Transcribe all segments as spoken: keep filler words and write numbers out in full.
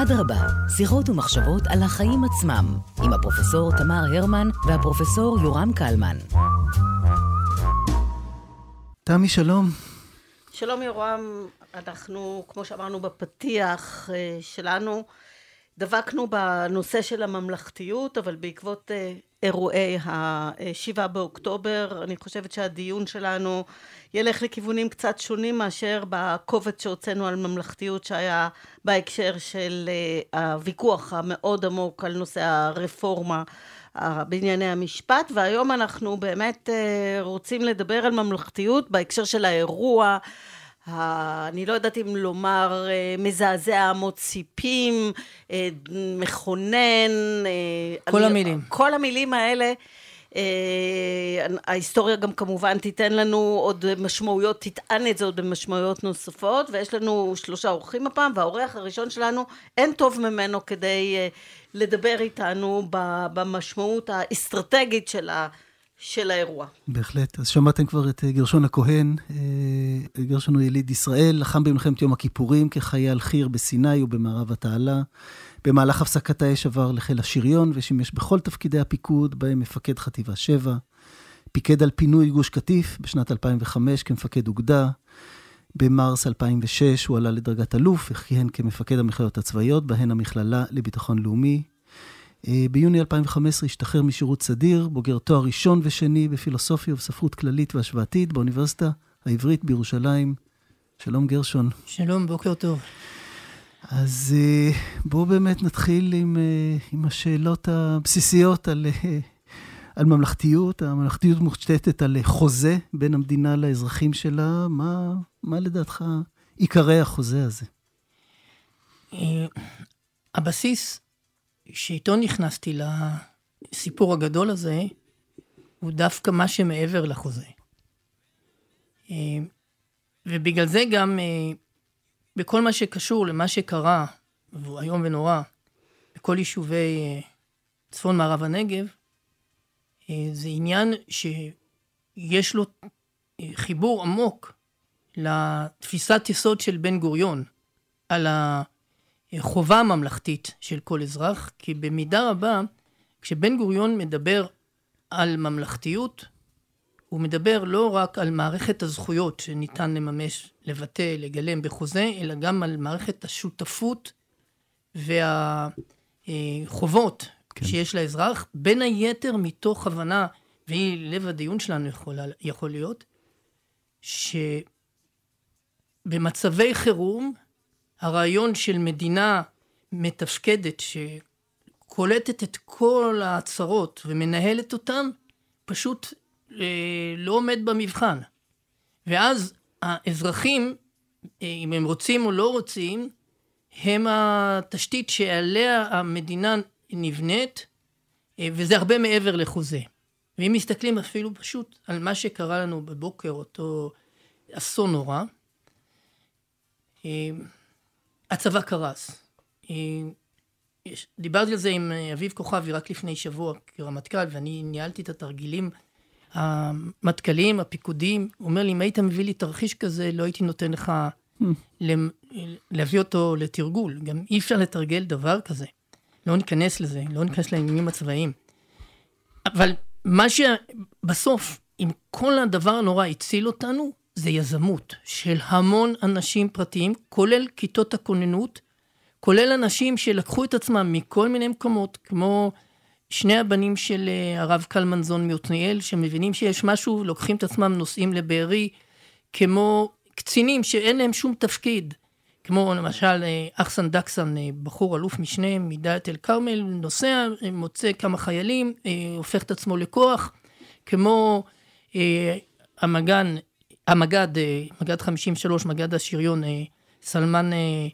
אדרבה, שיחות ומחשבות על החיים עצמם, עם הפרופסור תמר הרמן והפרופסור יורם קלמן. תמי, שלום. שלום יורם, אנחנו, כמו שאמרנו בפתיח שלנו, דבקנו בנושא של הממלכתיות, אבל בעקבות אירועי השבעה באוקטובר, אני חושבת שהדיון שלנו ילך לכיוונים קצת שונים מאשר בקובץ שהוצאנו על ממלכתיות, שהיה בהקשר של הוויכוח המאוד עמוק על נושא הרפורמה בענייני המשפט, והיום אנחנו באמת רוצים לדבר על ממלכתיות בהקשר של האירוע, אני לא יודעת אם לומר מזעזע, אמות ציפים, מכונן, כל המילים. כל המילים האלה. ההיסטוריה גם כמובן תיתן לנו עוד משמעויות, תטען את זה עוד במשמעויות נוספות, ויש לנו שלושה אורחים הפעם, והאורח הראשון שלנו אין טוב ממנו כדי לדבר איתנו במשמעות האסטרטגית של ה... של האירוע. בהחלט. אז שמעתם כבר את גרשון הכהן. גרשון הוא יליד ישראל, לחם במלחמת יום הכיפורים כחייל חי"ר בסיני ובמערב התעלה. במהלך הפסקת האש עבר לחיל השריון ושימש בכל תפקידי הפיקוד, בהם מפקד חטיבה שבע. פיקד על פינוי גוש קטיף בשנת אלפיים וחמש כמפקד אוגדה. במרס אלפיים ושש הוא עלה לדרגת אלוף וכיהן כמפקד המכללות הצבאיות, בהן המכללה לביטחון לאומי. ביוני אלפיים וחמש עשרה השתחרר משירות סדיר, בוגר תואר ראשון ושני בפילוסופיה ובספרות כללית והשוואתית באוניברסיטה העברית בירושלים. שלום גרשון. שלום, בוקר טוב. אז בואו באמת נתחיל עם, עם השאלות הבסיסיות על, על ממלכתיות. הממלכתיות מושתתת על חוזה בין המדינה לאזרחים שלה. מה, מה לדעתך עיקרי החוזה הזה? הבסיס שאיתו נכנסתי לסיפור הגדול הזה, הוא דווקא מה שמעבר לחוזה. ובגלל זה גם, בכל מה שקשור למה שקרה, והוא היום ונורא, בכל יישובי צפון מערב הנגב, זה עניין שיש לו חיבור עמוק לתפיסת יסוד של בן גוריון, על ה... חובה ממלכתית של כל אזרח, כי במידה רבה, כשבן גוריון מדבר על ממלכתיות, הוא מדבר לא רק על מערכת הזכויות שניתן לממש, לבטא, לגלם בחוזה, אלא גם על מערכת השותפות והחובות כן. שיש לאזרח, בין היתר מתוך הבנה, והיא לב הדיון שלנו יכול, יכול להיות, שבמצבי חירום, הרעיון של מדינה מתפקדת שקולטת את כל הצרות ומנהלת אותן, פשוט אה, לא עומד במבחן. ואז האזרחים, אם הם רוצים או לא רוצים, הם התשתית שעליה המדינה נבנית, אה, וזה הרבה מעבר לחוזה. ואם מסתכלים אפילו פשוט על מה שקרה לנו בבוקר, אותו אסון נורא, אה, הצבא קרס. דיברתי על זה עם אביב כוכבי רק לפני שבוע כרמטכ"ל, ואני ניהלתי את התרגילים המטכ"ליים, הפיקודיים. הוא אומר לי, אם היית מביא לי תרחיש כזה, לא הייתי נותן לך להביא אותו לתרגול. גם אי אפשר לתרגל דבר כזה. לא ניכנס לזה, לא ניכנס לעניינים הצבאיים. אבל מה שבסוף, אם כל הדבר הנורא הציל אותנו, זה יזמות של המון אנשים פרטיים, כולל כיתות הכוננות, כולל אנשים שלקחו את עצמם מכל מיני מקומות, כמו שני הבנים של הרב קלמן זון מעתניאל, שמבינים שיש משהו, לוקחים את עצמם, נוסעים לבארי, כמו קצינים שאין להם שום תפקיד, כמו למשל אחסן דקסן, בחור אלוף משנה, מדלית אל כרמל, נוסע, מוצא כמה חיילים, הופך את עצמו לכוח, כמו המגן, המגד, מגד חמישים ושלוש, מגד השריון, סלמן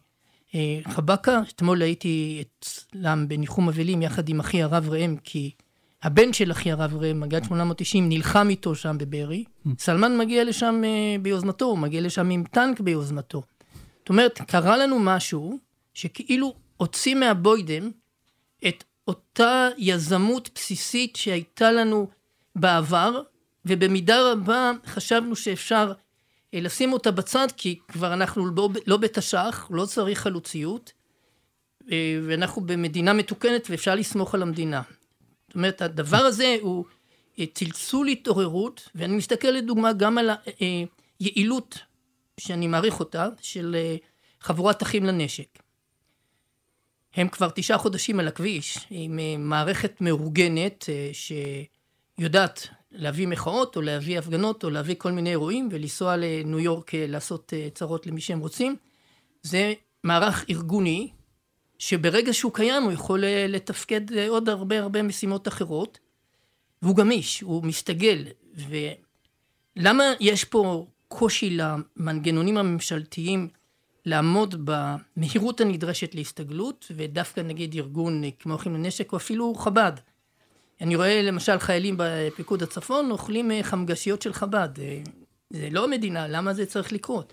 חבקה. אתמול הייתי אצלם בניחום אבלים יחד עם אחי הרב ראם, כי הבן של אחי הרב ראם, מגד שמונה מאות תשעים, נלחם איתו שם בבארי. סלמן מגיע לשם ביוזמתו, הוא מגיע לשם עם טנק ביוזמתו. זאת אומרת, קרה לנו משהו שכאילו הוציא מהבוידם את אותה יזמות בסיסית שהייתה לנו בעבר, ובמידה רבה חשבנו שאפשר לשים אותה בצד, כי כבר אנחנו לא, לא בתש"ח, לא צריך חלוציות, ואנחנו במדינה מתוקנת ואפשר לסמוך על המדינה. זאת אומרת, הדבר הזה הוא צלצול התעוררות, ואני מסתכל לדוגמה גם על היעילות שאני מעריך אותה, של חבורת אחים לנשק. הם כבר תשעה חודשים על הכביש, עם מערכת מאורגנת שיודעת להביא מחאות, או להביא הפגנות, או להביא כל מיני אירועים, ולנסוע לניו יורק לעשות צרות למי שהם רוצים. זה מערך ארגוני, שברגע שהוא קיים הוא יכול לתפקד עוד הרבה הרבה משימות אחרות, והוא גמיש, הוא מסתגל. ולמה יש פה קושי למנגנונים הממשלתיים לעמוד במהירות הנדרשת להסתגלות, ודווקא נגיד ארגון כמו אחים לנשק, או אפילו חב"ד. אני רואה למשל חיילים בפיקוד הצפון אוכלים חמגשיות של חב"ד. זה לא המדינה, למה זה צריך לקרות?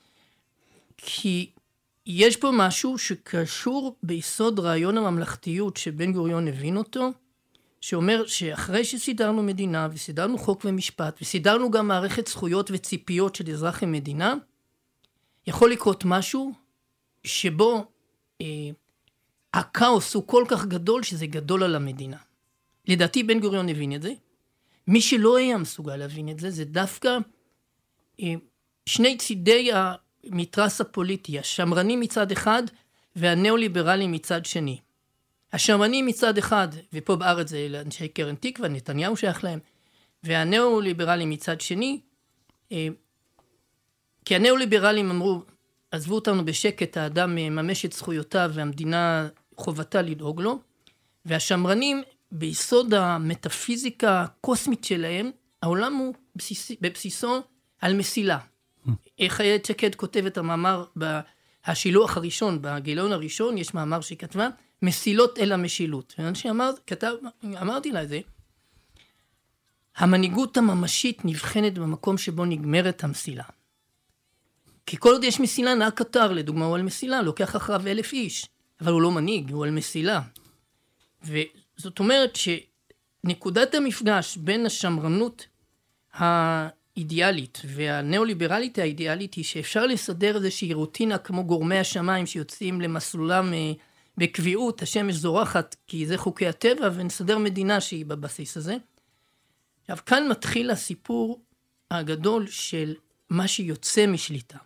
כי יש פה משהו שקשור ביסוד רעיון הממלכתיות שבן גוריון הבין אותו, שאומר שאחרי שסידרנו מדינה וסידרנו חוק ומשפט וסידרנו גם מערכת זכויות וציפיות של אזרח המדינה, יכול לקרות משהו שבו אה, הכאוס הוא כל כך גדול שזה גדול על המדינה. לדעתי בן גוריון הבין את זה. מי שלא היה מסוגל להבין את זה, זה דווקא אה, שני צידי המתרס הפוליטי, השמרני מצד אחד והניאו-ליברלי מצד שני. השמרני מצד אחד, ופה בארץ זה לאנשי קרן תקווה, נתניהו שייך להם, והניאו-ליברלי מצד שני, אה, כי הניאו-ליברלים אמרו, עזבו אותנו בשקט, האדם מממש את זכויותיו והמדינה חובתה לדאוג לו, והשמרנים ביסוד המטאפיזיקה הקוסמית שלהם, העולם הוא בסיס, בבסיסו על מסילה. איך איילת שקד כותבת המאמר השילוח הראשון, בגיליון הראשון, יש מאמר שהיא כתבה, מסילות אל המשילות. ואנשי אמר, כתב, אמרתי לה את זה, המנהיגות הממשית נבחנת במקום שבו נגמרת המסילה. כי כל עוד יש מסילה, נהג קטר, לדוגמה, הוא על מסילה, לוקח אחריו אלף איש, אבל הוא לא מנהיג, הוא על מסילה. וזאת אומרת שנקודת המפגש בין השמרנות האידיאלית והניאו-ליברלית האידיאלית היא שאפשר לסדר איזושהי רוטינה כמו גורמי השמיים שיוצאים למסלולם בקביעות, השמש זורחת כי זה חוקי הטבע, ונסדר מדינה שהיא בבסיס הזה. עכשיו, כאן מתחיל הסיפור הגדול של מה שיוצא משליטה.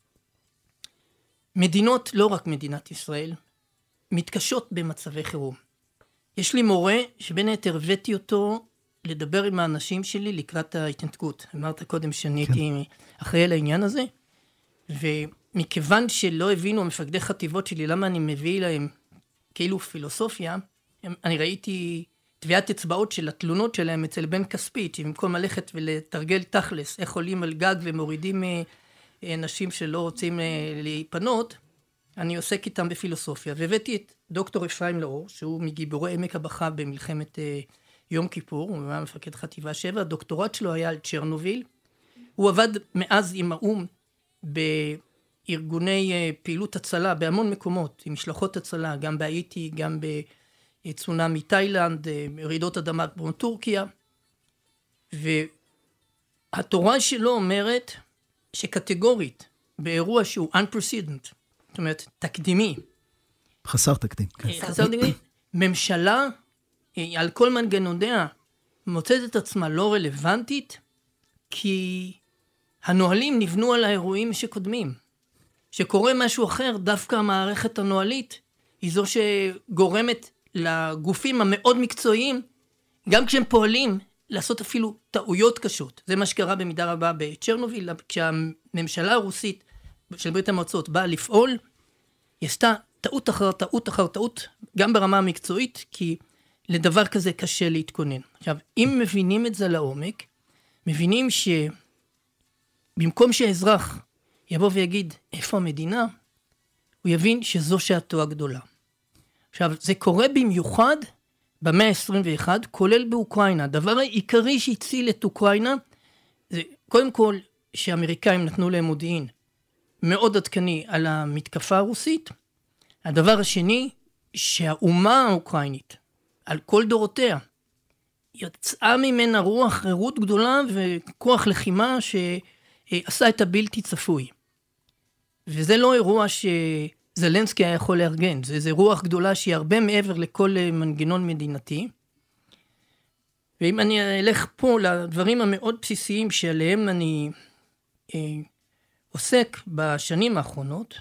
מדינות, לא רק מדינת ישראל, מתקשות במצבי חירום. יש לי מורה שבין היתר הבאתי אותו לדבר עם האנשים שלי לקראת ההתנתקות. אמרת קודם שאני כן. הייתי אחראי על העניין הזה, ומכיוון שלא הבינו המפקדי חטיבות שלי למה אני מביא להם כאילו פילוסופיה, אני ראיתי טביעת אצבעות של התלונות שלהם אצל בן כספית, שבמקום ללכת ולתרגל תכלס, איך עולים על גג ומורידים אנשים שלא רוצים להיפנות, אני עוסק איתם בפילוסופיה, והבאתי את דוקטור אפרים לאור, שהוא מגיבורי עמק הבכה במלחמת יום כיפור, הוא היה מפקד חטיבה שבע, הדוקטורט שלו היה על צ'רנוביל, הוא עבד מאז עם האום בארגוני פעילות הצלה, בהמון מקומות, עם משלחות הצלה, גם בהאיטי, גם בצונאמי תאילנד, רעידות אדמה כמו טורקיה, והתורה שלו אומרת שקטגורית, באירוע שהוא unprecedented, זאת אומרת, תקדימי. חסר תקדים. חסר תקדים. ממשלה, על כל מנגנוניה, מוצאת את עצמה לא רלוונטית, כי הנוהלים נבנו על האירועים שקודמים. שקורה משהו אחר, דווקא המערכת הנוהלית, היא זו שגורמת לגופים המאוד מקצועיים, גם כשהם פועלים, לעשות אפילו טעויות קשות. זה מה שקרה במידה רבה בצ'רנוביל, כשהממשלה הרוסית של ברית המועצות באה לפעול, היא עשתה טעות אחר טעות אחר טעות, גם ברמה המקצועית, כי לדבר כזה קשה להתכונן. עכשיו, אם מבינים את זה לעומק, מבינים שבמקום שהאזרח יבוא ויגיד, איפה המדינה? הוא יבין שזו שעתו הגדולה. עכשיו, זה קורה במיוחד במאה ה-עשרים ואחת, כולל באוקראינה. הדבר העיקרי שהציל את אוקראינה, זה קודם כל שהאמריקאים נתנו להם מודיעין מאוד עדכני על המתקפה הרוסית. הדבר השני, שהאומה האוקראינית, על כל דורותיה, יצאה ממנה רוח חירות גדולה וכוח לחימה שעשה את הבלתי צפוי. וזה לא אירוע ש... זלנסקי היה יכול לארגן. זה, זה רוח גדולה שהיא הרבה מעבר לכל מנגנון מדינתי. ואם אני אלך פה לדברים המאוד בסיסיים שעליהם אני אה, עוסק בשנים האחרונות,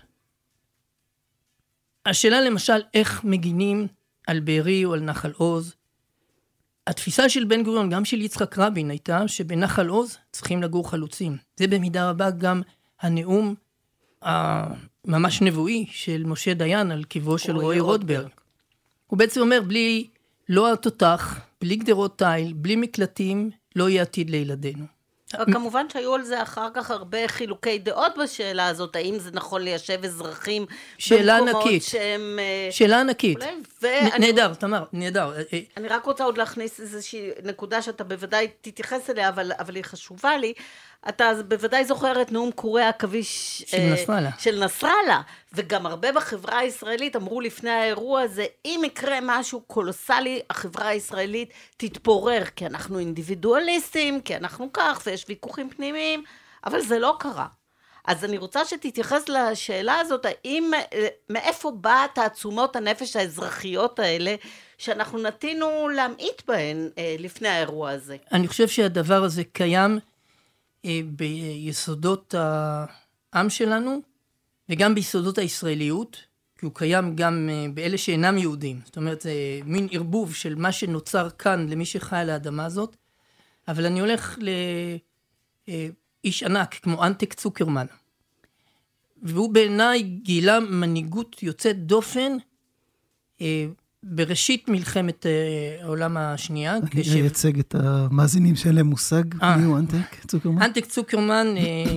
השאלה למשל איך מגינים על בארי או על נחל עוז, התפיסה של בן גוריון, גם של יצחק רבין, הייתה שבנחל עוז צריכים לגור חלוצים. זה במידה רבה גם הנאום הממש נבואי של משה דיין על קברו של רועי רוטברג. הוא בעצם אומר, בלי לא התותח, בלי גדרות תיל, בלי מקלטים, לא יהיה עתיד לילדינו. כמובן שהיו על זה אחר כך הרבה חילוקי דעות בשאלה הזאת, האם זה נכון ליישב אזרחים במקומות שהם... שאלה ענקית. נהדר, תמר, נהדר. אני רק רוצה עוד להכניס איזושהי נקודה שאתה בוודאי תתייחס אליה, אבל, אבל היא חשובה לי. אתה בוודאי זוכר את נאום קורי העכביש של נסראללה. של נסראללה, וגם הרבה בחברה הישראלית אמרו לפני האירוע הזה, אם יקרה משהו קולוסלי, החברה הישראלית תתפורר, כי אנחנו אינדיבידואליסטים, כי אנחנו כך, ויש ויכוחים פנימיים, אבל זה לא קרה. אז אני רוצה שתתייחס לשאלה הזאת, האם, מאיפה באה תעצומות הנפש האזרחיות האלה, שאנחנו נטינו להמעיט בהן לפני האירוע הזה? אני חושב שהדבר הזה קיים ביסודות העם שלנו, וגם ביסודות הישראליות, כי הוא קיים גם באלה שאינם יהודים. זאת אומרת, זה מין ערבוב של מה שנוצר כאן למי שחי על האדמה הזאת. אבל אני הולך לאיש ענק כמו אנטק צוקרמן. והוא בעיניי גילה מנהיגות יוצאת דופן בראשית מלחמת העולם השנייה. אני אייצג את המאזינים שאין להם מושג, מי הוא אנטק צוקרמן? אנטק צוקרמן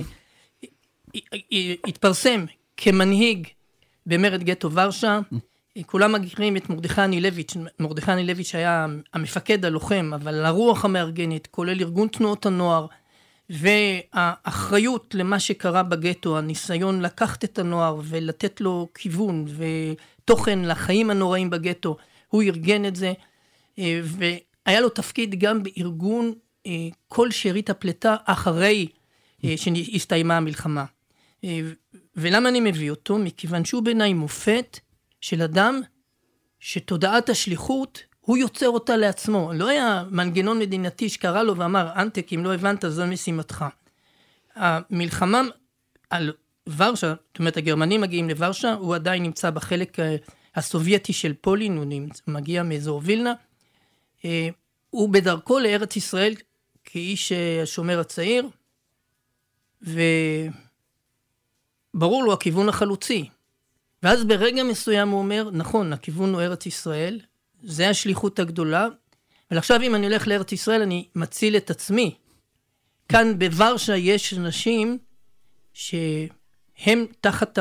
התפרסם כמנהיג במרד גטו ורשה. כולם מכירים את מרדכי אנילביץ'. מרדכי אנילביץ' היה המפקד הלוחם, אבל הרוח המארגנת, כולל ארגון תנועות הנוער, והאחריות למה שקרה בגטו, הניסיון לקחת את הנוער ולתת לו כיוון ותוכן לחיים הנוראים בגטו, הוא ארגן את זה, והיה לו תפקיד גם בארגון כל שארית הפלטה אחרי שהסתיימה המלחמה. ולמה אני מביא אותו? מכיוון שהוא בעיניי מופת של אדם שתודעת השליחות הוא יוצר אותה לעצמו. לא היה מנגנון מדינתי שקרא לו ואמר, אנטק, אם לא הבנת, זו משימתך. המלחמה על ורשה, זאת אומרת, הגרמנים מגיעים לוורשה, הוא עדיין נמצא בחלק הסובייטי של פולין, הוא מגיע מאזור וילנה, הוא בדרכו לארץ ישראל כאיש השומר הצעיר, וברור לו הכיוון החלוצי. ואז ברגע מסוים הוא אומר, נכון, הכיוון הוא ארץ ישראל, זה השליחות הגדולה, אבל עכשיו אם אני הולך לארץ ישראל, אני מציל את עצמי. כאן בוורשה יש אנשים שהם תחת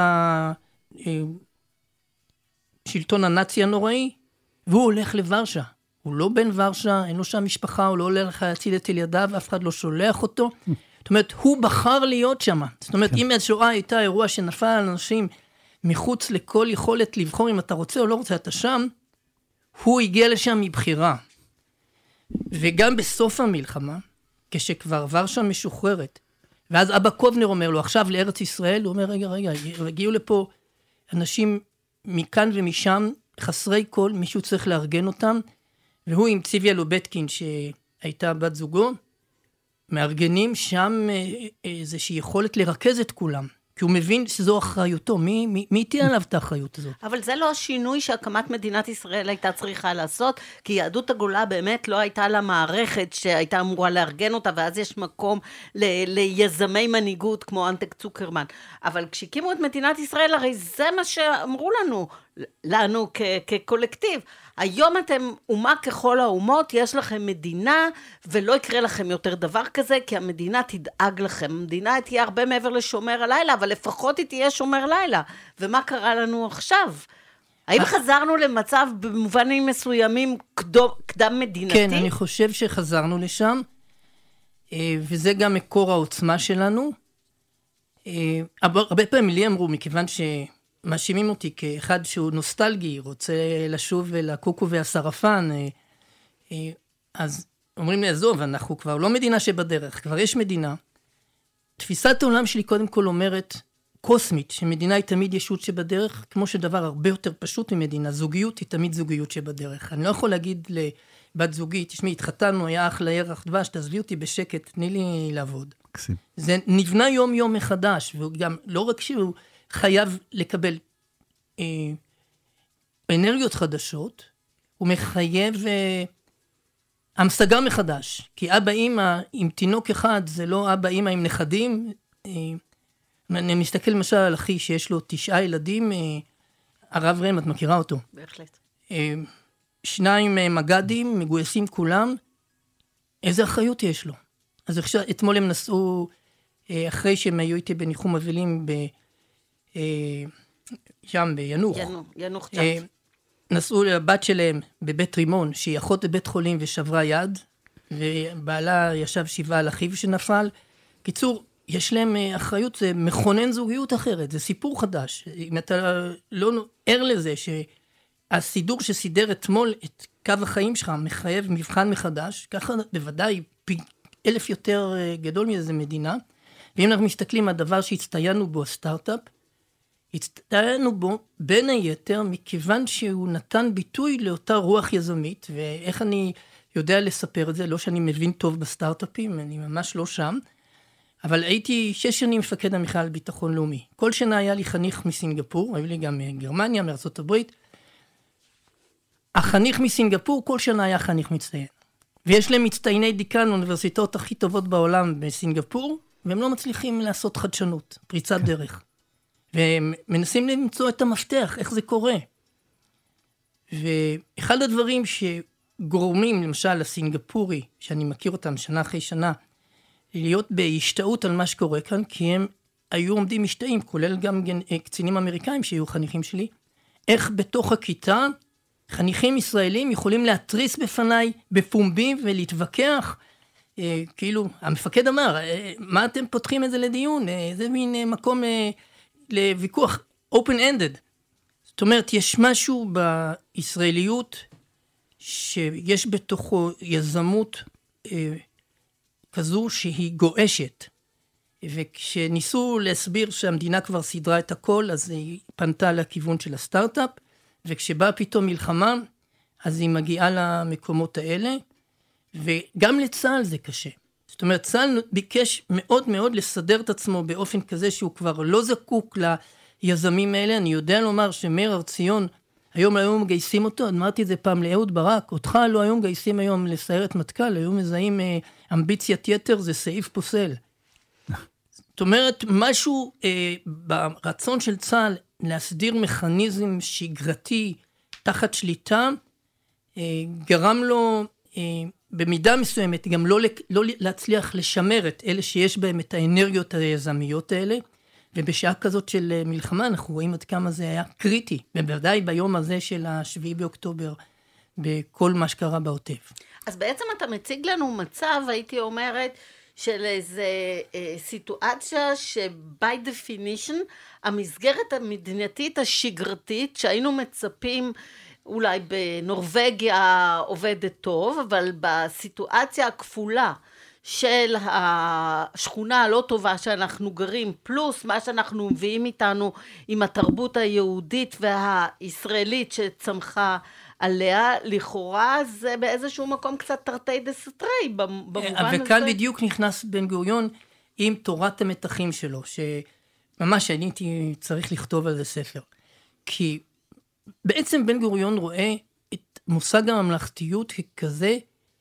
השלטון הנאצי הנוראי, והוא הולך לוורשה. הוא לא בן ורשה, אין לו שם משפחה, הוא לא הולך להציל את ילדיו, אף אחד לא שולח אותו. זאת אומרת, הוא בחר להיות שם. זאת אומרת, אם השואה הייתה אירוע שנפל על אנשים מחוץ לכל יכולת לבחור אם אתה רוצה או לא רוצה, אתה שם, הוא הגיע לשם מבחירה. וגם בסוף המלחמה, כשכבר ורשה משוחררת, ואז אבא קובנר אומר לו, עכשיו לארץ ישראל, הוא אומר, רגע, רגע, הגיעו לפה אנשים מכאן ומשם, חסרי כל, מישהו צריך לארגן אותם, והוא עם ציוויה לובטקין, שהייתה בת זוגו, מארגנים שם איזושהי יכולת לרכז את כולם. כי הוא מבין שזו אחריותו, מי, מי, מי תהיה עליו את האחריות הזאת? אבל זה לא השינוי שהקמת מדינת ישראל הייתה צריכה לעשות, כי יהדות הגולה באמת לא הייתה לה מערכת שהייתה אמורה לארגן אותה, ואז יש מקום ל- ליזמי מנהיגות כמו אנטק צוקרמן. אבל כשהקימו את מדינת ישראל, הרי זה מה שאמרו לנו, לנו כ- כקולקטיב. היום אתם אומה ככל האומות, יש לכם מדינה, ולא יקרה לכם יותר דבר כזה, כי המדינה תדאג לכם. המדינה תהיה הרבה מעבר לשומר הלילה, אבל לפחות היא תהיה שומר לילה. ומה קרה לנו עכשיו? האם חזרנו למצב במובנים מסוימים קדם מדינתי? כן, אני חושב שחזרנו לשם, וזה גם מקור העוצמה שלנו. הרבה פעמים לי אמרו, מכיוון ש... מאשימים אותי כאחד שהוא נוסטלגי, רוצה לשוב לקוקו והסרפן, אז אומרים לי, עזוב, אנחנו כבר לא מדינה שבדרך, כבר יש מדינה. תפיסת העולם שלי קודם כל אומרת, קוסמית, שמדינה היא תמיד ישות שבדרך, כמו שדבר הרבה יותר פשוט ממדינה, זוגיות היא תמיד זוגיות שבדרך. אני לא יכול להגיד לבת זוגית, תשמעי, התחתנו, היה אחלה ירח דבש, תעזבי אותי בשקט, תני לי לעבוד. קסים. זה נבנה יום יום מחדש, וגם לא רק שהוא חייב לקבל אה, אנרגיות חדשות, הוא מחייב אה, המשגה מחדש, כי אבא אמא עם תינוק אחד, זה לא אבא אמא עם נכדים, אה, אני מסתכל למשל על אחי שיש לו תשעה ילדים, הרב רם, את מכירה אותו? בהחלט. שניים מגדים, מגויסים כולם, איזה אחריות יש לו? אז עכשיו, אתמול הם נסעו, אחרי שהם היו איתי בניחום אבלים, שם בינוח. ינוח צ'אט. נסעו לבת שלהם בבית רימון, שהיא אחות בבית חולים ושברה יד, ובעלה ישב שבעה על אחיו שנפל. קיצור, יש להם אחריות, זה מכונן זוגיות אחרת, זה סיפור חדש. אם אתה לא ער לזה שהסידור שסידר אתמול את קו החיים שלך מחייב מבחן מחדש, ככה בוודאי פי אלף יותר גדול מאיזה מדינה. ואם אנחנו מסתכלים על הדבר שהצטיינו בו, הסטארט-אפ, הצטיינו בו בין היתר מכיוון שהוא נתן ביטוי לאותה רוח יזמית, ואיך אני יודע לספר את זה, לא שאני מבין טוב בסטארט-אפים, אני ממש לא שם, אבל הייתי שש שנים מפקד המכללה לביטחון לאומי. כל שנה היה לי חניך מסינגפור, היו לי גם מגרמניה, מארצות הברית. החניך מסינגפור כל שנה היה חניך מצטיין. ויש להם מצטייני דיקן האוניברסיטאות הכי טובות בעולם בסינגפור, והם לא מצליחים לעשות חדשנות, פריצת דרך. והם מנסים למצוא את המפתח, איך זה קורה. ואחד הדברים שגורמים, למשל לסינגפורי, שאני מכיר אותם שנה אחרי שנה, להיות בהשתאות על מה שקורה כאן, כי הם היו עומדים משתאים, כולל גם קצינים אמריקאים שהיו חניכים שלי, איך בתוך הכיתה חניכים ישראלים יכולים להתריס בפניי בפומבי ולהתווכח, אה, כאילו, המפקד אמר, אה, מה אתם פותחים את זה לדיון? אה, זה מין אה, מקום אה, לוויכוח open-ended. זאת אומרת, יש משהו בישראליות שיש בתוכו יזמות אה, כזו שהיא גואשת, וכשניסו להסביר שהמדינה כבר סדרה את הכל, אז היא פנתה לכיוון של הסטארט-אפ, וכשבאה פתאום מלחמה, אז היא מגיעה למקומות האלה, וגם לצה"ל זה קשה. זאת אומרת, צה"ל ביקש מאוד מאוד לסדר את עצמו באופן כזה שהוא כבר לא זקוק ליזמים האלה. אני יודע לומר שמאיר הר ציון, היום היום מגייסים אותו, אמרתי את זה פעם לאהוד ברק, אותך לא היום מגייסים היום לסיירת מטכ"ל, היום מזהים אה, אמביציית יתר, זה סעיף פוסל. זאת אומרת, משהו אה, ברצון של צה"ל להסדיר מכניזם שגרתי תחת שליטה, אה, גרם לו אה, במידה מסוימת גם לא, לא להצליח לשמר את אלה שיש בהם את האנרגיות היזמיות האלה, ובשעה כזאת של מלחמה אנחנו רואים עד כמה זה היה קריטי, ובוודאי ביום הזה של השביעי באוקטובר, בכל מה שקרה בעוטף. אז בעצם אתה מציג לנו מצב, הייתי אומרת, של איזו אה, סיטואציה ש-by definition, המסגרת המדינתית השגרתית, שהיינו מצפים אולי בנורווגיה עובדת טוב, אבל בסיטואציה הכפולה, של השכונה הלא טובה שאנחנו גרים, פלוס מה שאנחנו מביאים איתנו עם התרבות היהודית והישראלית שצמחה עליה, לכאורה זה באיזשהו מקום קצת תרתי דסתרי, במובן הזה. וכאן בדיוק נכנס בן גוריון עם תורת המתחים שלו, שממש אני הייתי צריך לכתוב על זה ספר. כי בעצם בן גוריון רואה את מושג הממלכתיות ככזה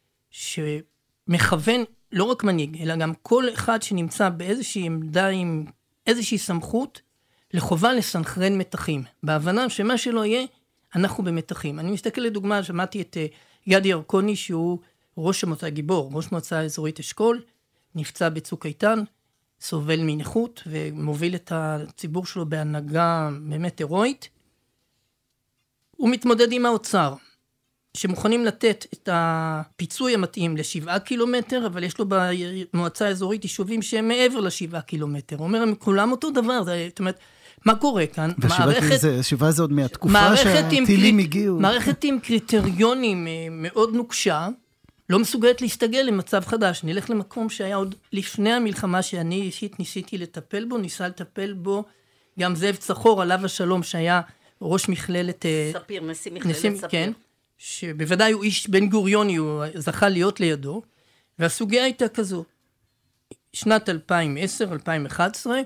שמכוון לא רק מנהיג, אלא גם כל אחד שנמצא באיזושהי עמדה עם איזושהי סמכות, לחובה לסנכרן מתחים. בהבנה שמה שלא יהיה, אנחנו במתחים. אני מסתכל לדוגמה, שמעתי את גדי ירקוני, שהוא ראש המועצה גיבור, ראש מועצה אזורית אשכול, נפצע בצוק איתן, סובל מנכות, ומוביל את הציבור שלו בהנהגה באמת הירואית. הוא מתמודד עם האוצר, שמוכנים לתת את הפיצוי המתאים לשבעה קילומטר, אבל יש לו במועצה האזורית יישובים שהם מעבר לשבעה קילומטר. הוא אומר, הם כולם אותו דבר, זאת אומרת, מה קורה כאן? ושבעה זה עוד מהתקופה שהטילים הגיעו. מערכת עם קריטריונים מאוד נוקשה, לא מסוגלת להסתגל למצב חדש. נלך למקום שהיה עוד לפני המלחמה שאני אישית ניסיתי לטפל בו, ניסה לטפל בו גם זאב צחור, עליו השלום, שהיה ראש מכללת... ספיר, נשיא מכללת נשיא, ספיר. כן, שבוודאי הוא איש בן גוריוני, הוא זכה להיות לידו, והסוגיה הייתה כזו. שנת אלפיים ועשר אלפיים ואחת עשרה,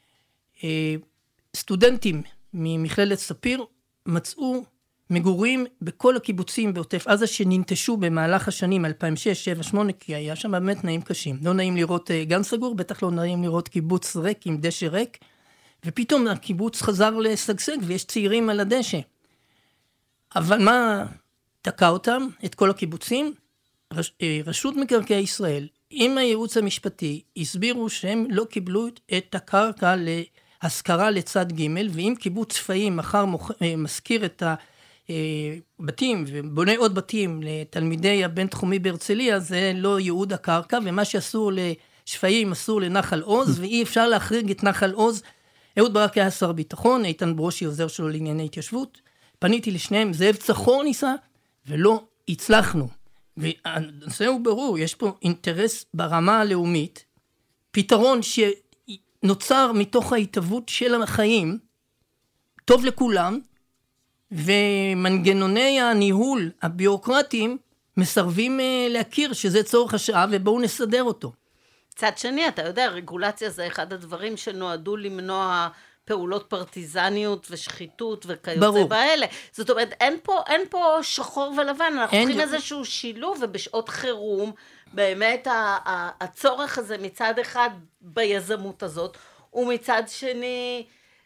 סטודנטים ממכללת ספיר מצאו מגורים בכל הקיבוצים בעוטף עזה שננטשו במהלך השנים אלפיים ושש, שבע, שמונה, כי היה שם באמת תנאים קשים. לא נעים לראות גן סגור, בטח לא נעים לראות קיבוץ ריק עם דשא ריק, ופתאום הקיבוץ חזר לשגשג ויש צעירים על הדשא. אבל מה תקע אותם, את כל הקיבוצים? רש, רשות מקרקעי ישראל, עם הייעוץ המשפטי, הסבירו שהם לא קיבלו את הקרקע להשכרה לצד ג', ואם קיבוץ צפאים מחר מוכ... מזכיר את הבתים ובונה עוד בתים לתלמידי הבינתחומי בהרצליה, זה לא ייעוד הקרקע, ומה שאסור לשפיים אסור לנחל עוז, ואי אפשר להחריג את נחל עוז. אהוד ברק היה שר ביטחון, איתן ברושי עוזר שלו לענייני התיישבות, פניתי לשניהם, זאב צחור ניסה, ולא הצלחנו. והנושא הוא ברור, יש פה אינטרס ברמה הלאומית, פתרון שנוצר מתוך ההתהוות של החיים, טוב לכולם, ומנגנוני הניהול הביורוקרטיים מסרבים להכיר שזה צורך השעה, ובואו נסדר אותו. צד שני, אתה יודע, רגולציה זה אחד הדברים שנועדו למנוע פעולות פרטיזניות ושחיתות וכיוצא באלה. זאת אומרת, אין פה, אין פה שחור ולבן, אנחנו צריכים איזשהו שילוב, ובשעות חירום, באמת הצורך הזה מצד אחד ביזמות הזאת, ומצד שני,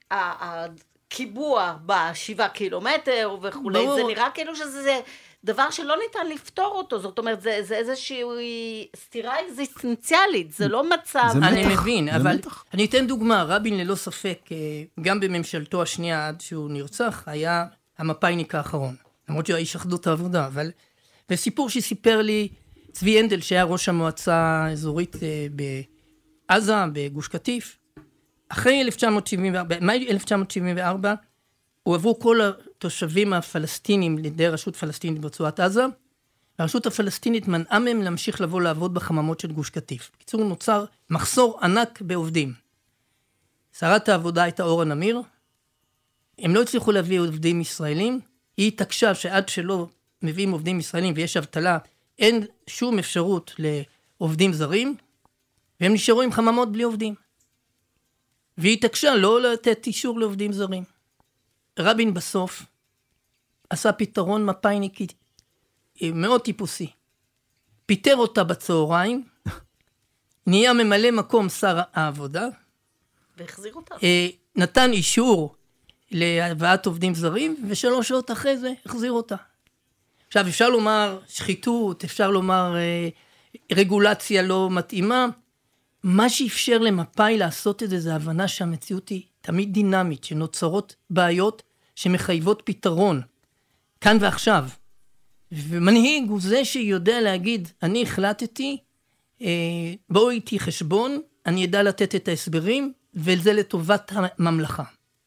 הקיבוע בשבעה קילומטר וכולי, זה נראה כאילו שזה דבר שלא ניתן לפתור אותו, זאת אומרת, זה, זה איזושהי סתירה אקזיסטנציאלית, זה לא מצב... זה אני מתח, מבין, זה אבל מתח. אני אתן דוגמה, רבין ללא ספק, גם בממשלתו השנייה עד שהוא נרצח, היה המפאיניק האחרון, למרות שהוא האיש אחדות העבודה, אבל... וסיפור שסיפר לי צבי הנדל, שהיה ראש המועצה האזורית בעזה, בגוש קטיף, אחרי אלף תשע מאות שבעים וארבע, במאי אלף תשע מאות שבעים וארבע, הועברו כל התושבים הפלסטינים לידי רשות פלסטינית ברצועת עזה, והרשות הפלסטינית מנעה מהם להמשיך לבוא לעבוד בחממות של גוש קטיף. בקיצור, נוצר מחסור ענק בעובדים. שרת העבודה הייתה אורה נמיר, הם לא הצליחו להביא עובדים ישראלים, היא התעקשה שעד שלא מביאים עובדים ישראלים ויש אבטלה, אין שום אפשרות לעובדים זרים, והם נשארו עם חממות בלי עובדים. והיא התעקשה לא לתת אישור לעובדים זרים. רבין בסוף עשה פתרון מפאיניקי מאוד טיפוסי. פיטר אותה בצהריים, נהיה ממלא מקום שר העבודה, והחזיר אותה. נתן אישור להבאת עובדים זרים, ושלוש שעות אחרי זה החזיר אותה. עכשיו אפשר לומר שחיתות, אפשר לומר רגולציה לא מתאימה, מה שאפשר למפאי לעשות את זה, זה הבנה שהמציאות היא תמיד דינמית, שנוצרות בעיות שמחייבות פתרון, כאן ועכשיו. ומנהיג הוא זה שיודע להגיד, אני החלטתי, בואו איתי חשבון, אני ידע לתת את ההסברים, וזה לטובת הממלכה.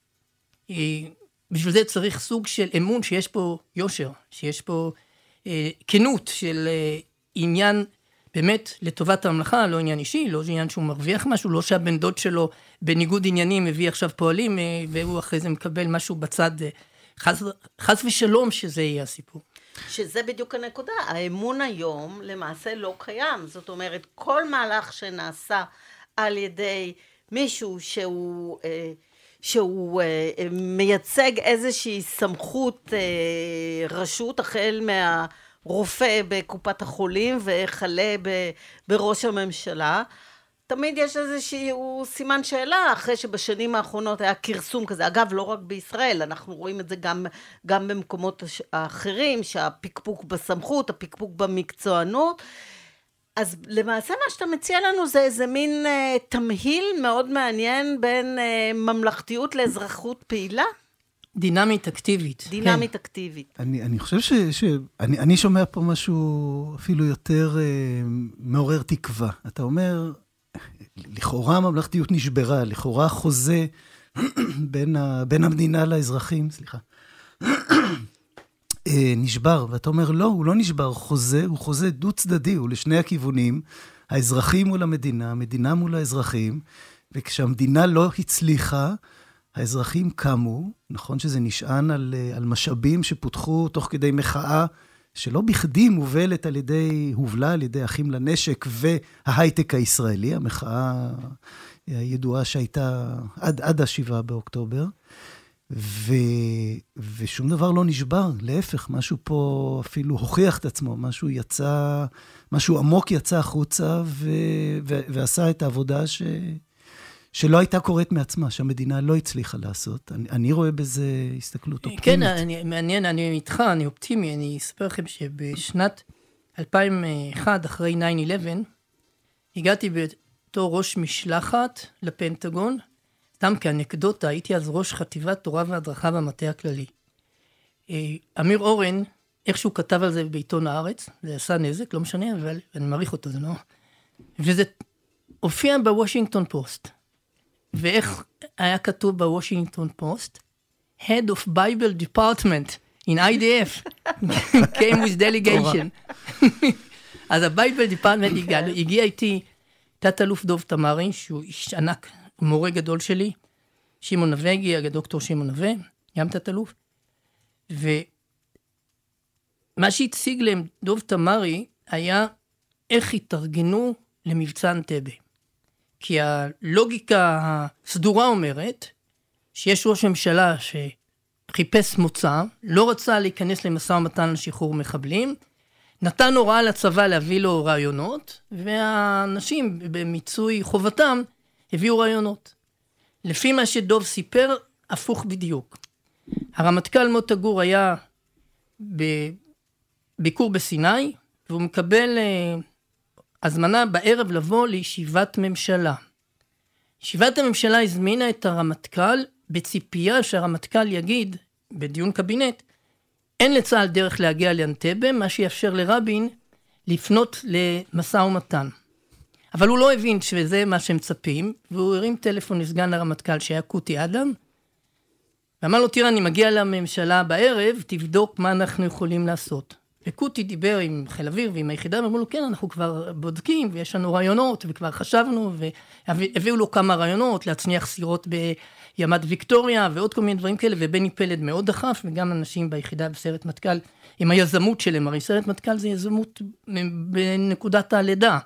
בשביל זה צריך סוג של אמון שיש פה יושר, שיש פה כנות של עניין באמת לטובת הממלכה, לא עניין אישי, לא עניין שהוא מרוויח משהו, לא שהבן דוד שלו בניגוד עניינים מביא עכשיו פועלים, והוא אחרי זה מקבל משהו בצד, חס, חס ושלום שזה יהיה הסיפור. שזה בדיוק הנקודה, האמון היום למעשה לא קיים, זאת אומרת, כל מהלך שנעשה על ידי מישהו שהוא, שהוא מייצג איזושהי סמכות רשות, החל מה... רופא בקופת החולים וחלה בראש הממשלה, תמיד יש איזשהו סימן שאלה, אחרי שבשנים האחרונות היה קרסום כזה, אגב לא רק בישראל, אנחנו רואים את זה גם, גם במקומות האחרים, שהפיקפוק בסמכות, הפיקפוק במקצוענות, אז למעשה מה שאתה מציע לנו זה איזה מין uh, תמהיל מאוד מעניין בין uh, ממלכתיות לאזרחות פעילה? דינמית אקטיבית. דינמית כן. אקטיבית. אני, אני חושב ש... ש אני, אני שומע פה משהו אפילו יותר אה, מעורר תקווה. אתה אומר, לכאורה הממלכתיות נשברה, לכאורה חוזה בין, ה, בין המדינה לאזרחים, סליחה, אה, נשבר, ואתה אומר, לא, הוא לא נשבר, חוזה, הוא חוזה דו צדדי, הוא לשני הכיוונים, האזרחים מול המדינה, המדינה מול האזרחים, וכשהמדינה לא הצליחה, האזרחים קמו, נכון שזה נשען על, על משאבים שפותחו תוך כדי מחאה, שלא בכדי מובלת על ידי, הובלה על ידי אחים לנשק וההייטק הישראלי, המחאה הידועה שהייתה עד, עד השבעה באוקטובר, ו, ושום דבר לא נשבר, להפך, משהו פה אפילו הוכיח את עצמו, משהו יצא, משהו עמוק יצא החוצה, ו, ו, ועשה את העבודה ש... שלא הייתה קורית מעצמה, שהמדינה לא הצליחה לעשות. אני, אני רואה בזה הסתכלות אופטימית. כן, אני, מעניין, אני איתך, אני אופטימי. אני אספר לכם שבשנת אלפיים ואחת, אחרי תשע אחת עשרה, הגעתי בתור ראש משלחת לפנטגון, סתם כאנקדוטה, הייתי אז ראש חטיבת תורה והדרכה במטה הכללי. אמיר אורן, איכשהו כתב על זה בעיתון הארץ, זה עשה נזק, לא משנה, אבל אני מעריך אותו, זה לא... וזה הופיע בוושינגטון פוסט. ואיך היה כתוב בוושינגטון פוסט? Head of Bible Department in I D F came with delegation. אז ה-Bible Department הגיע, הגיע איתי תת אלוף דוב תמרי, שהוא איש ענק, מורה גדול שלי, שמעון נווה הגיע, דוקטור שמעון נווה, גם תת אלוף, ומה שהציג להם דוב תמרי היה איך התארגנו למבצע אנטבה. כי הלוגיקה הסדורה אומרת שיש ראש ממשלה שחיפש מוצא, לא רצה להיכנס למשא ומתן על שחרור מחבלים, נתן הוראה לצבא להביא לו רעיונות, והאנשים במיצוי חובתם הביאו רעיונות. לפי מה שדוב סיפר, הפוך בדיוק. הרמטכ"ל מוטה גור היה בביקור בסיני, והוא מקבל הזמנה בערב לבוא לישיבת ממשלה. ישיבת הממשלה הזמינה את הרמטכ"ל בציפייה שהרמטכ"ל יגיד בדיון קבינט, אין לצה"ל דרך להגיע לאנטבה, מה שיאפשר לרבין לפנות למשא ומתן. אבל הוא לא הבין שזה מה שהם מצפים, והוא הרים טלפון לסגן הרמטכ"ל שהיה קוטי אדם, ואמר לו, תראה, אני מגיע לממשלה בערב, תבדוק מה אנחנו יכולים לעשות. וקוטי דיבר עם חיל אוויר ועם היחידה, ואמרו לו, כן, אנחנו כבר בודקים, ויש לנו רעיונות, וכבר חשבנו, והביאו לו כמה רעיונות, להצניח סירות בימת ויקטוריה, ועוד כל מיני דברים כאלה, ובני פלד מאוד דחף, וגם אנשים ביחידה בסיירת מטכ"ל, עם היזמות שלהם, הרי סיירת מטכ"ל זה יזמות בנקודת הלידה.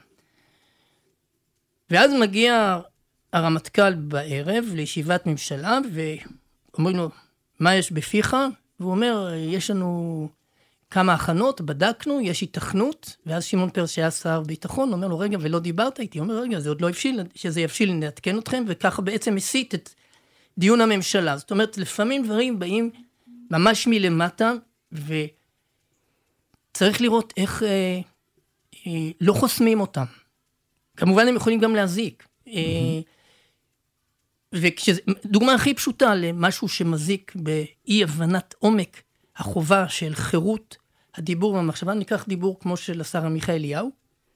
ואז מגיע הרמטכ"ל בערב לישיבת ממשלה, ואומרים לו, מה יש בפיך? והוא אומר, יש לנו כמה הכנות, בדקנו, יש התכנות, ואז שמעון פרס שהיה שר ביטחון, אומר לו, רגע, ולא דיברת איתי, אומר, רגע, זה עוד לא הבשיל, שזה יבשיל, נעדכן אתכם, וככה בעצם הסיט את דיון הממשלה. זאת אומרת, לפעמים דברים באים ממש מלמטה, וצריך לראות איך אה, אה, לא חוסמים אותם. כמובן הם יכולים גם להזיק. Mm-hmm. ודוגמה הכי פשוטה למשהו שמזיק באי הבנת עומק החובה של חירות הדיבור והמחשבה, ניקח דיבור כמו של השר עמיחי אליהו.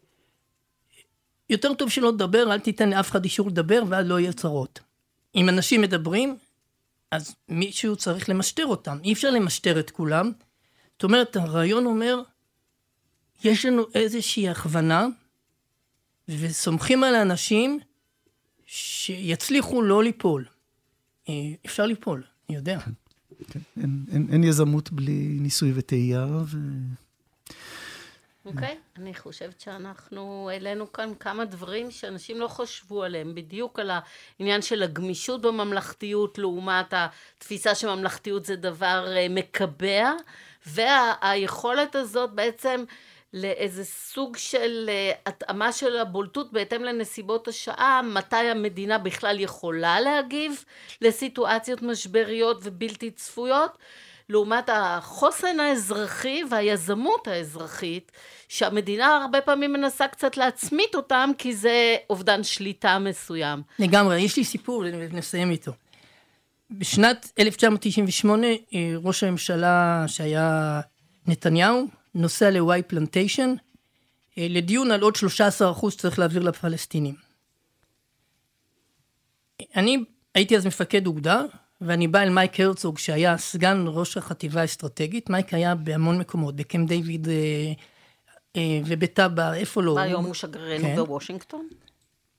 יותר טוב שלא תדבר, אל תיתן לאף אחד אישור לדבר ואז לא יהיה צרות. אם אנשים מדברים, אז מישהו צריך למשטר אותם. אי אפשר למשטר את כולם. זאת אומרת, הרעיון אומר, יש לנו איזושהי הכוונה, וסומכים על האנשים שיצליחו לא ליפול. אפשר ליפול, אני יודע. כן, אין, אין, אין יזמות בלי ניסוי וטעייה. ו... אוקיי, okay. אני חושבת שאנחנו העלינו כאן כמה דברים שאנשים לא חשבו עליהם, בדיוק על העניין של הגמישות בממלכתיות, לעומת התפיסה שממלכתיות זה דבר מקבע, והיכולת הזאת בעצם לאיזה סוג של התאמה של הבולטות בהתאם לנסיבות השעה, מתי המדינה בכלל יכולה להגיב לסיטואציות משבריות ובלתי צפויות, לעומת החוסן האזרחי והיזמות האזרחית, שהמדינה הרבה פעמים מנסה קצת להצמית אותם, כי זה אובדן שליטה מסוים. לגמרי, יש לי סיפור, נסיים איתו. בשנת אלף תשע מאות תשעים ושמונה, ראש הממשלה שהיה נתניהו, נוסע לוואי פלנטיישן, לדיון על עוד שלושה עשר אחוז צריך להעביר לפלסטינים. אני הייתי אז מפקד אוגדה, ואני בא אל מייק הרצוג, שהיה סגן ראש החטיבה האסטרטגית. מייק היה בהמון מקומות, בקמפ דיוויד ובטאבה, איפה לא? והיום הוא שגרירנו בוושינגטון.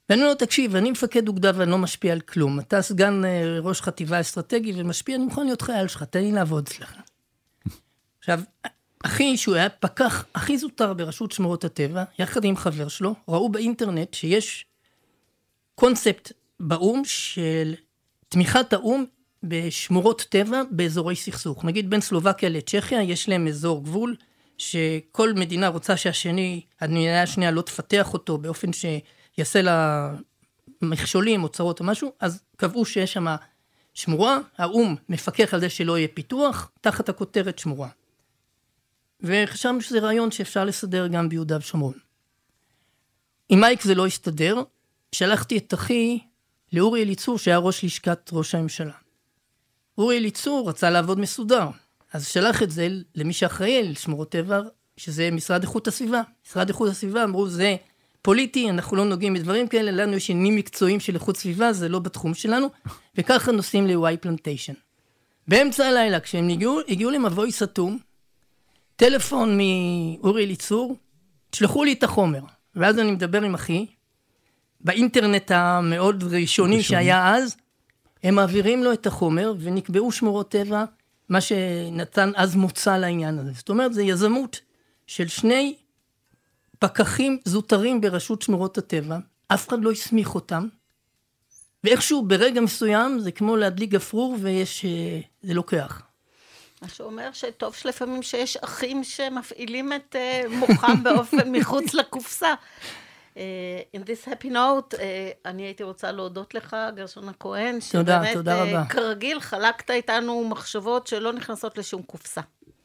ואני אומר לו, תקשיב, אני מפקד אוגדה ואני לא משפיע על כלום. אתה סגן ראש חטיבה אסטרטגי ומשפיע, אני מוכן להיות חייל שלך, תן לי לעבוד אצלך. עכשיו, אחי, שהוא היה פקח הכי זוטר ברשות שמורות הטבע, יחד עם חבר שלו, ראו באינטרנט שיש קונספט באום של תמיכת האום בשמורות טבע באזורי סכסוך. נגיד בין סלובקיה לצ'כיה, יש להם אזור גבול, שכל מדינה רוצה שהשני, המדינה השנייה לא תפתח אותו באופן שיעשה לה מכשולים או צרות או משהו, אז קבעו שיש שם שמורה, האום מפקח על זה שלא יהיה פיתוח, תחת הכותרת שמורה. וחשבנו שזה רעיון שאפשר לסדר גם ביהודה ושומרון. עם מייק זה לא הסתדר, שלחתי את אחי לאורי אליצור, שהיה ראש לשכת ראש הממשלה. אורי אליצור רצה לעבוד מסודר, אז שלח את זה למי שאחראי על שמורות טבע, שזה משרד איכות הסביבה. משרד איכות הסביבה אמרו, זה פוליטי, אנחנו לא נוגעים בדברים כאלה, לנו יש עניינים מקצועיים של איכות סביבה, זה לא בתחום שלנו, וככה נוסעים לוואי פלנטיישן. באמצע הלילה, כשהם הגיעו, הגיעו למבוי סתום, טלפון מאורי אליצור, תשלחו לי את החומר. ואז אני מדבר עם אחי, באינטרנט המאוד ראשוני שהיה אז, הם מעבירים לו את החומר, ונקבעו שמורות טבע, מה שנתן אז מוצא לעניין הזה. זאת אומרת, זה יזמות של שני פקחים זוטרים ברשות שמורות הטבע, אף אחד לא הסמיך אותם, ואיכשהו ברגע מסוים, זה כמו להדליק גפרור, ויש, זה לוקח. מה שאומר שטוב שלפעמים שיש אחים שמפעילים את מוחם באופן מחוץ לקופסה. In this happy note, אני הייתי רוצה להודות לך, גרשון הכהן, תודה, תודה רבה. שבאמת כרגיל חלקת איתנו מחשבות שלא נכנסות לשום קופסה.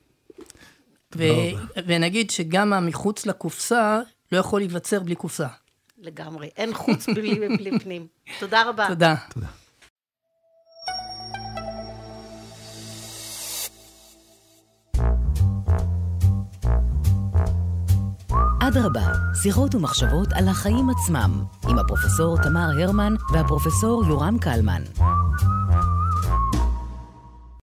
ונגיד שגם המחוץ לקופסה לא יכול להיווצר בלי קופסה. לגמרי, אין חוץ בלי פנים. תודה רבה. תודה. תודה. אדרבה, שיחות ומחשבות על החיים עצמם, עם הפרופסור תמר הרמן והפרופסור יורם קלמן.